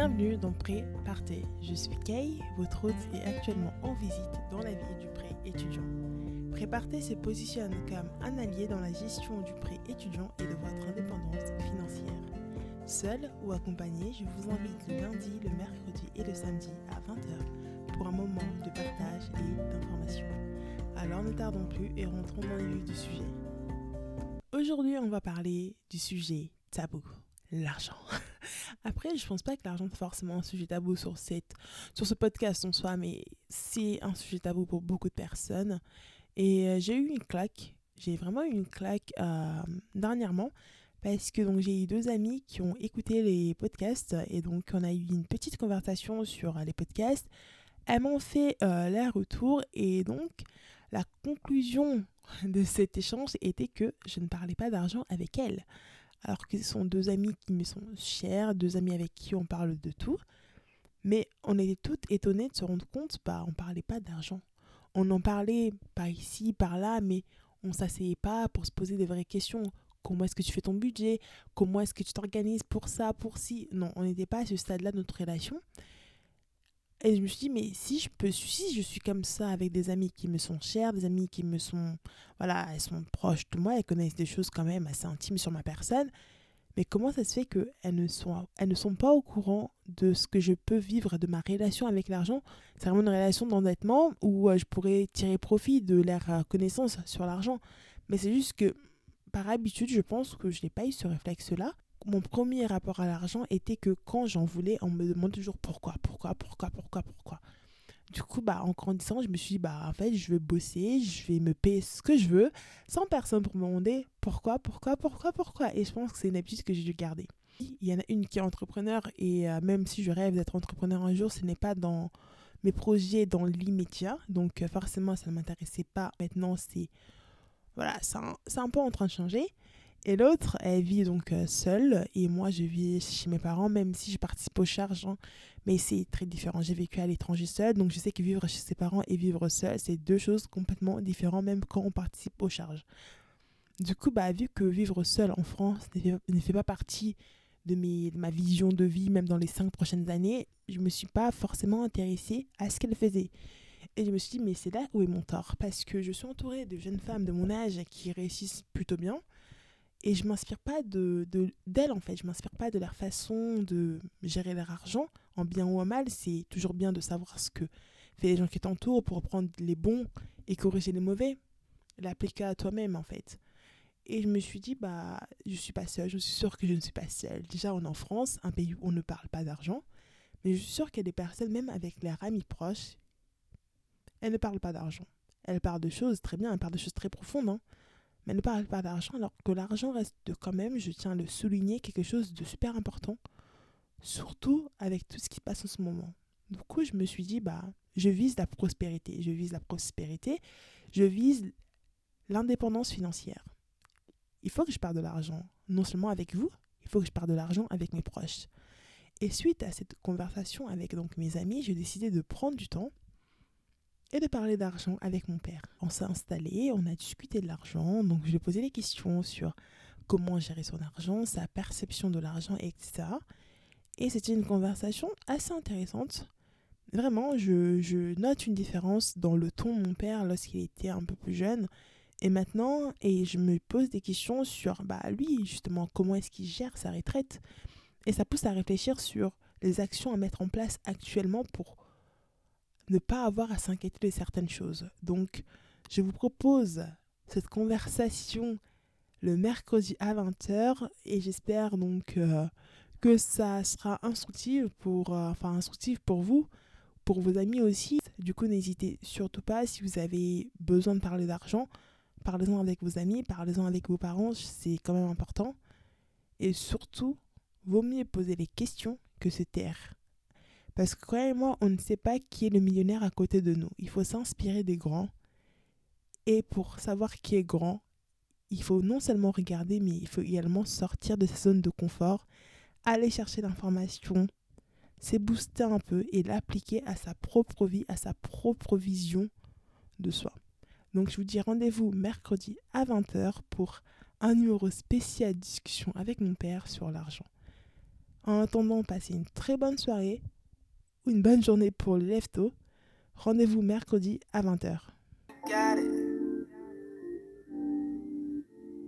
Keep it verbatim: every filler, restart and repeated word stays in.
Bienvenue dans Pré Partez. Je suis Kay, votre hôte et actuellement en visite dans la vie du prêt étudiant. Pré Partez se positionne comme un allié dans la gestion du prêt étudiant et de votre indépendance financière. Seul ou accompagné, je vous invite le lundi, le mercredi et le samedi à vingt heures pour un moment de partage et d'information. Alors ne tardons plus et rentrons dans le vif du sujet. Aujourd'hui, on va parler du sujet tabou, l'argent. Après, je pense pas que l'argent est forcément un sujet tabou sur, cette, sur ce podcast en soi, mais c'est un sujet tabou pour beaucoup de personnes. Et euh, j'ai eu une claque, j'ai vraiment eu une claque euh, dernièrement, parce que donc, j'ai eu deux amis qui ont écouté les podcasts, et donc on a eu une petite conversation sur les podcasts. Elles m'ont fait euh, leur retour, et donc la conclusion de cet échange était que je ne parlais pas d'argent avec elles. Alors que ce sont deux amis qui me sont chers, deux amis avec qui on parle de tout. Mais on était toutes étonnées de se rendre compte, bah, on ne parlait pas d'argent. On en parlait par ici, par là, mais on ne s'asseyait pas pour se poser des vraies questions. Comment est-ce que tu fais ton budget ? Comment est-ce que tu t'organises pour ça, pour ci ? Non, on n'était pas à ce stade-là de notre relation. Et je me suis dit, mais si je peux, si je suis comme ça avec des amis qui me sont chers, des amis qui me sont, voilà, elles sont proches de moi, elles connaissent des choses quand même assez intimes sur ma personne, mais comment ça se fait qu'elles ne sont, elles ne sont pas au courant de ce que je peux vivre de ma relation avec l'argent ? C'est vraiment une relation d'endettement où euh, je pourrais tirer profit de leur euh, connaissance sur l'argent. Mais c'est juste que, par habitude, je pense que je n'ai pas eu ce réflexe-là. Mon premier rapport à l'argent était que quand j'en voulais, on me demande toujours pourquoi, pourquoi, pourquoi, pourquoi, pourquoi. Du coup, bah, en grandissant, je me suis dit, bah, en fait, je vais bosser, je vais me payer ce que je veux, sans personne pour me demander pourquoi, pourquoi, pourquoi, pourquoi. Et je pense que c'est une habitude que j'ai dû garder. Il y en a une qui est entrepreneur, et euh, même si je rêve d'être entrepreneur un jour, ce n'est pas dans mes projets dans l'immédiat. Donc, euh, forcément, ça ne m'intéressait pas. Maintenant, c'est, voilà, c'est un, c'est un peu en train de changer. Et l'autre, elle vit donc euh, seule, et moi je vis chez mes parents, même si je participe aux charges, hein, mais c'est très différent. J'ai vécu à l'étranger seule, donc je sais que vivre chez ses parents et vivre seul, c'est deux choses complètement différentes, même quand on participe aux charges. Du coup, bah, vu que vivre seul en France ne fait, ne fait pas partie de, mes, de ma vision de vie, même dans les cinq prochaines années, je ne me suis pas forcément intéressée à ce qu'elle faisait. Et je me suis dit, mais c'est là où est mon tort, parce que je suis entourée de jeunes femmes de mon âge qui réussissent plutôt bien. Et je ne m'inspire pas de, de, d'elles, en fait. Je ne m'inspire pas de leur façon de gérer leur argent, en bien ou en mal. C'est toujours bien de savoir ce que fait les gens qui t'entourent pour prendre les bons et corriger les mauvais. L'appliquer à toi-même, en fait. Et je me suis dit, bah, je ne suis pas seule. Je suis sûre que je ne suis pas seule. Déjà, on est en France, un pays où on ne parle pas d'argent. Mais je suis sûre qu'il y a des personnes, même avec leurs amis proches, elles ne parlent pas d'argent. Elles parlent de choses très bien, elles parlent de choses très profondes, hein. Mais ne parle pas d'argent, alors que l'argent reste quand même, je tiens à le souligner, quelque chose de super important, surtout avec tout ce qui se passe en ce moment. Du coup, je me suis dit, bah, je vise la prospérité, je vise la prospérité, je vise l'indépendance financière. Il faut que je parle de l'argent, non seulement avec vous, il faut que je parle de l'argent avec mes proches. Et suite à cette conversation avec donc mes amis, j'ai décidé de prendre du temps et de parler d'argent avec mon père. On s'est installé, on a discuté de l'argent, donc je lui ai posé des questions sur comment gérer son argent, sa perception de l'argent, et cetera. Et c'était une conversation assez intéressante. Vraiment, je, je note une différence dans le ton de mon père lorsqu'il était un peu plus jeune et maintenant, et je me pose des questions sur bah, lui, justement, comment est-ce qu'il gère sa retraite. Et ça pousse à réfléchir sur les actions à mettre en place actuellement pour ne pas avoir à s'inquiéter de certaines choses. Donc, je vous propose cette conversation le mercredi à vingt heures et j'espère donc euh, que ça sera instructif pour, euh, enfin, instructif pour vous, pour vos amis aussi. Du coup, n'hésitez surtout pas, si vous avez besoin de parler d'argent, parlez-en avec vos amis, parlez-en avec vos parents, c'est quand même important. Et surtout, vaut mieux poser les questions que se taire. Parce que croyez-moi, on ne sait pas qui est le millionnaire à côté de nous. Il faut s'inspirer des grands. Et pour savoir qui est grand, il faut non seulement regarder, mais il faut également sortir de sa zone de confort, aller chercher l'information, s'ébooster un peu et l'appliquer à sa propre vie, à sa propre vision de soi. Donc je vous dis rendez-vous mercredi à vingt heures pour un numéro spécial discussion avec mon père sur l'argent. En attendant, passez une très bonne soirée ou une bonne journée pour le lève-tôt. Rendez-vous mercredi à vingt heures.